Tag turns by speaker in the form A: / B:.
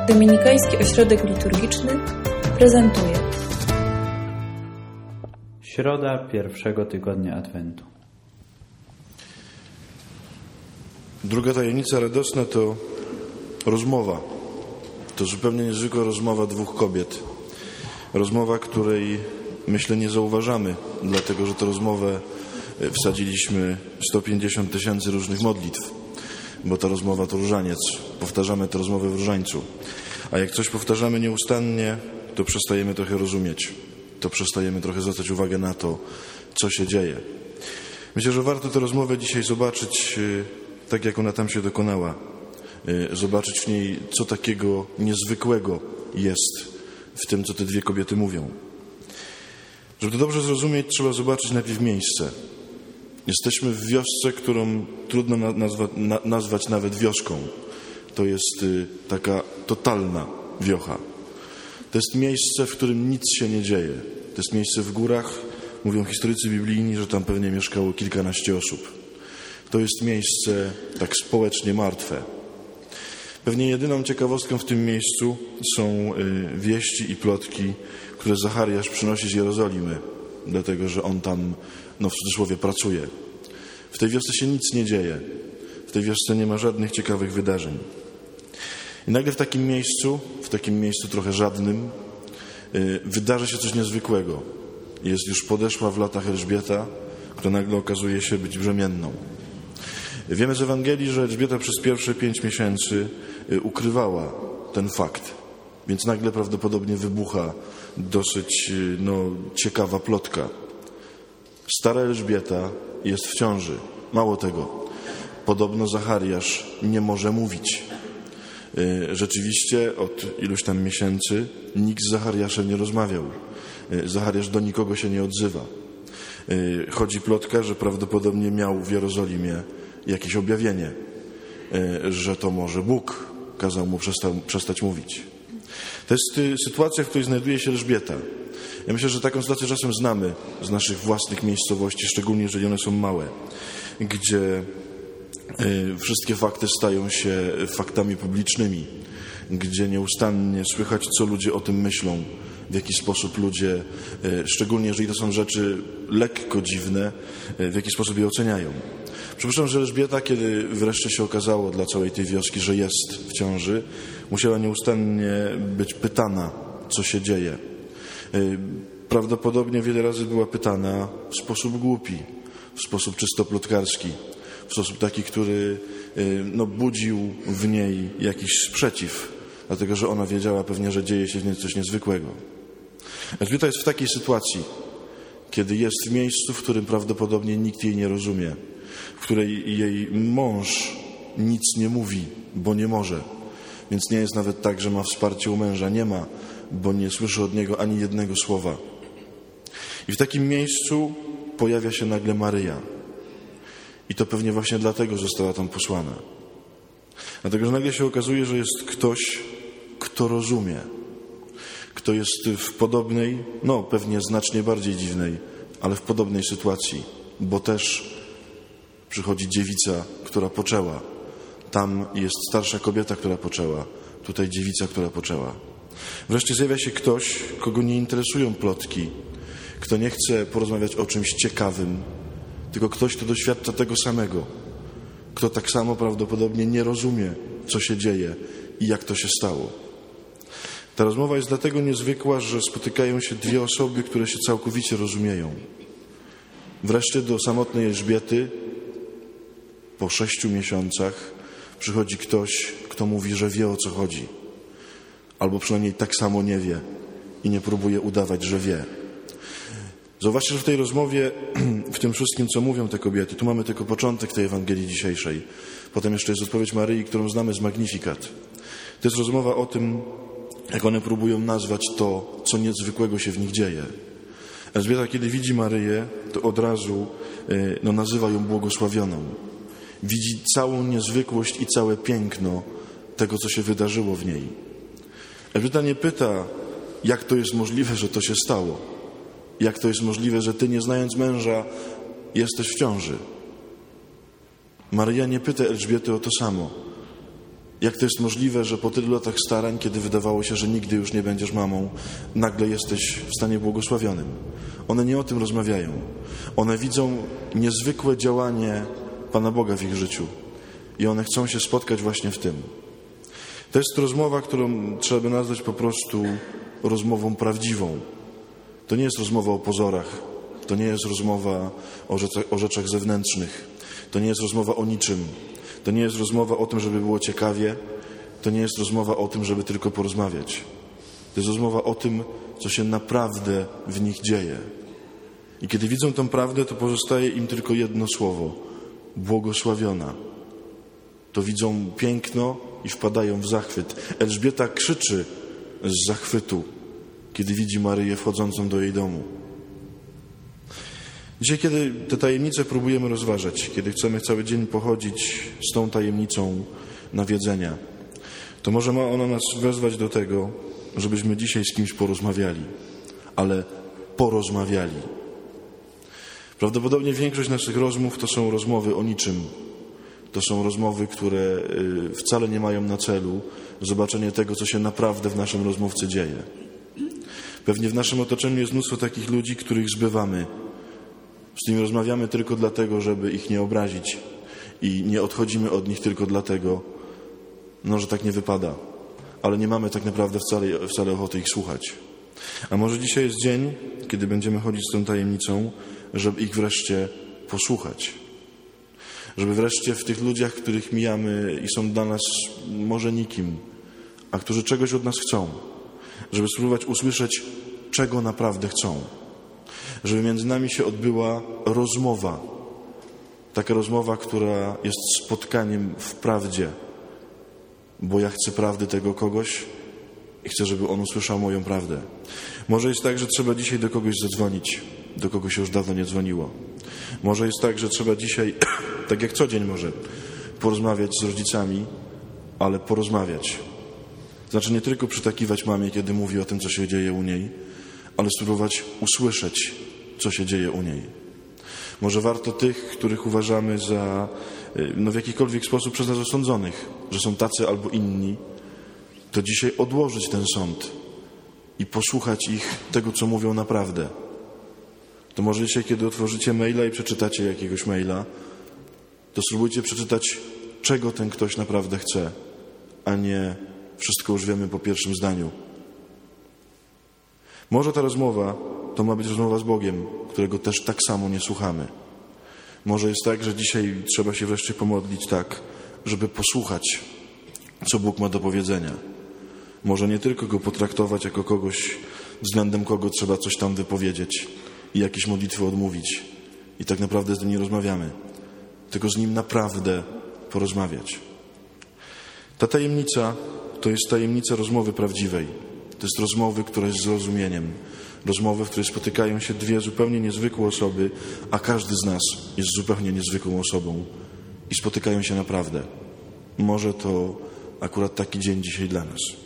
A: Dominikański Ośrodek Liturgiczny prezentuje
B: Środa pierwszego tygodnia Adwentu.
C: Druga tajemnica radosna to rozmowa. To zupełnie niezwykła rozmowa dwóch kobiet. Rozmowa, której myślę nie zauważamy, dlatego że tę rozmowę wsadziliśmy 150 000 różnych modlitw, bo ta rozmowa to różaniec. Powtarzamy tę rozmowę w różańcu. A jak coś powtarzamy nieustannie, to przestajemy trochę rozumieć. To przestajemy trochę zwracać uwagę na to, co się dzieje. Myślę, że warto tę rozmowę dzisiaj zobaczyć tak, jak ona tam się dokonała. Zobaczyć w niej, co takiego niezwykłego jest w tym, co te dwie kobiety mówią. Żeby to dobrze zrozumieć, trzeba zobaczyć najpierw miejsce. Jesteśmy w wiosce, którą trudno nazwać nawet wioską. To jest taka totalna wiocha. To jest miejsce, w którym nic się nie dzieje. To jest miejsce w górach. Mówią historycy biblijni, że tam pewnie mieszkało kilkanaście osób. To jest miejsce tak społecznie martwe. Pewnie jedyną ciekawostką w tym miejscu są wieści i plotki, które Zachariasz przynosi z Jerozolimy, dlatego że on tam, w cudzysłowie, pracuje. W tej wiosce się nic nie dzieje. W tej wiosce nie ma żadnych ciekawych wydarzeń. I nagle w takim miejscu trochę żadnym, wydarzy się coś niezwykłego. Jest już podeszła w latach Elżbieta, która nagle okazuje się być brzemienną. Wiemy z Ewangelii, że Elżbieta przez pierwsze 5 miesięcy ukrywała ten fakt. Więc nagle prawdopodobnie wybucha dosyć ciekawa plotka. Stara Elżbieta jest w ciąży. Mało tego, podobno Zachariasz nie może mówić. Rzeczywiście od iluś tam miesięcy nikt z Zachariaszem nie rozmawiał. Zachariasz do nikogo się nie odzywa. Chodzi plotka, że prawdopodobnie miał w Jerozolimie jakieś objawienie, że to może Bóg kazał mu przestać mówić. To jest sytuacja, w której znajduje się Elżbieta. Ja myślę, że taką sytuację czasem znamy z naszych własnych miejscowości, szczególnie jeżeli one są małe, gdzie wszystkie fakty stają się faktami publicznymi, gdzie nieustannie słychać, co ludzie o tym myślą, w jaki sposób ludzie, szczególnie jeżeli to są rzeczy lekko dziwne, w jaki sposób je oceniają. Przypuszczam, że Elżbieta, kiedy wreszcie się okazało dla całej tej wioski, że jest w ciąży, musiała nieustannie być pytana, co się dzieje. Prawdopodobnie wiele razy była pytana w sposób głupi, w sposób czysto plotkarski, w sposób taki, który budził w niej jakiś sprzeciw, dlatego że ona wiedziała pewnie, że dzieje się w niej coś niezwykłego. Elżbieta jest w takiej sytuacji, kiedy jest w miejscu, w którym prawdopodobnie nikt jej nie rozumie, w której jej mąż nic nie mówi, bo nie może. Więc nie jest nawet tak, że ma wsparcie u męża. Nie ma, bo nie słyszy od niego ani jednego słowa. I w takim miejscu pojawia się nagle Maryja. I to pewnie właśnie dlatego została tam posłana. Dlatego, że nagle się okazuje, że jest ktoś, kto rozumie. Kto jest w podobnej, pewnie znacznie bardziej dziwnej, ale w podobnej sytuacji. Bo też przychodzi dziewica, która poczęła. Tam jest starsza kobieta, która poczęła. Tutaj dziewica, która poczęła. Wreszcie zjawia się ktoś, kogo nie interesują plotki. Kto nie chce porozmawiać o czymś ciekawym, tylko ktoś, kto doświadcza tego samego. Kto tak samo prawdopodobnie nie rozumie, co się dzieje i jak to się stało. Ta rozmowa jest dlatego niezwykła, że spotykają się dwie osoby, które się całkowicie rozumieją. Wreszcie do samotnej Elżbiety po 6 miesiącach przychodzi ktoś, kto mówi, że wie, o co chodzi. Albo przynajmniej tak samo nie wie i nie próbuje udawać, że wie. Zauważcie, że w tej rozmowie, w tym wszystkim, co mówią te kobiety, tu mamy tylko początek tej Ewangelii dzisiejszej. Potem jeszcze jest odpowiedź Maryi, którą znamy z Magnificat. To jest rozmowa o tym, jak one próbują nazwać to, co niezwykłego się w nich dzieje. Elżbieta, kiedy widzi Maryję, to od razu nazywa ją błogosławioną. Widzi całą niezwykłość i całe piękno tego, co się wydarzyło w niej. Elżbieta nie pyta, jak to jest możliwe, że to się stało. Jak to jest możliwe, że ty, nie znając męża, jesteś w ciąży. Maryja nie pyta Elżbiety o to samo. Jak to jest możliwe, że po tylu latach starań, kiedy wydawało się, że nigdy już nie będziesz mamą, nagle jesteś w stanie błogosławionym? One nie o tym rozmawiają. One widzą niezwykłe działanie Pana Boga w ich życiu i one chcą się spotkać właśnie w tym. To jest rozmowa, którą trzeba by nazwać po prostu rozmową prawdziwą. To nie jest rozmowa o pozorach. To nie jest rozmowa o rzeczach zewnętrznych. To nie jest rozmowa o niczym. To nie jest rozmowa o tym, żeby było ciekawie. To nie jest rozmowa o tym, żeby tylko porozmawiać. To jest rozmowa o tym, co się naprawdę w nich dzieje. I kiedy widzą tę prawdę, to pozostaje im tylko jedno słowo. Błogosławiona. To widzą piękno i wpadają w zachwyt. Elżbieta krzyczy z zachwytu, kiedy widzi Maryję wchodzącą do jej domu. Dzisiaj, kiedy te tajemnice próbujemy rozważać, kiedy chcemy cały dzień pochodzić z tą tajemnicą nawiedzenia, to może ma ona nas wezwać do tego, żebyśmy dzisiaj z kimś porozmawiali, ale porozmawiali. Prawdopodobnie większość naszych rozmów to są rozmowy o niczym. To są rozmowy, które wcale nie mają na celu zobaczenie tego, co się naprawdę w naszym rozmówcy dzieje. Pewnie w naszym otoczeniu jest mnóstwo takich ludzi, których zbywamy. Z nimi rozmawiamy tylko dlatego, żeby ich nie obrazić i nie odchodzimy od nich tylko dlatego, że tak nie wypada. Ale nie mamy tak naprawdę wcale ochoty ich słuchać. A może dzisiaj jest dzień, kiedy będziemy chodzić z tą tajemnicą, żeby ich wreszcie posłuchać. Żeby wreszcie w tych ludziach, których mijamy i są dla nas może nikim, a którzy czegoś od nas chcą, żeby spróbować usłyszeć, czego naprawdę chcą. Żeby między nami się odbyła rozmowa. Taka rozmowa, która jest spotkaniem w prawdzie. Bo ja chcę prawdy tego kogoś i chcę, żeby on usłyszał moją prawdę. Może jest tak, że trzeba dzisiaj do kogoś zadzwonić, do kogo się już dawno nie dzwoniło. Może jest tak, że trzeba dzisiaj, tak jak co dzień może, porozmawiać z rodzicami, ale porozmawiać. Znaczy nie tylko przytakiwać mamie, kiedy mówi o tym, co się dzieje u niej, ale spróbować usłyszeć, co się dzieje u niej. Może warto tych, których uważamy za w jakikolwiek sposób przez nas osądzonych, że są tacy albo inni, to dzisiaj odłożyć ten sąd i posłuchać ich tego, co mówią naprawdę. To może dzisiaj, kiedy otworzycie maila i przeczytacie jakiegoś maila, to spróbujcie przeczytać, czego ten ktoś naprawdę chce, a nie wszystko już wiemy po pierwszym zdaniu. Może ta rozmowa to ma być rozmowa z Bogiem, którego też tak samo nie słuchamy. Może jest tak, że dzisiaj trzeba się wreszcie pomodlić tak, żeby posłuchać, co Bóg ma do powiedzenia. Może nie tylko Go potraktować jako kogoś, względem kogo trzeba coś tam wypowiedzieć i jakieś modlitwy odmówić. I tak naprawdę z nim nie rozmawiamy. Tylko z Nim naprawdę porozmawiać. Ta tajemnica to jest tajemnica rozmowy prawdziwej. To jest rozmowy, która jest zrozumieniem. Rozmowy, w której spotykają się dwie zupełnie niezwykłe osoby, a każdy z nas jest zupełnie niezwykłą osobą i spotykają się naprawdę. Może to akurat taki dzień dzisiaj dla nas.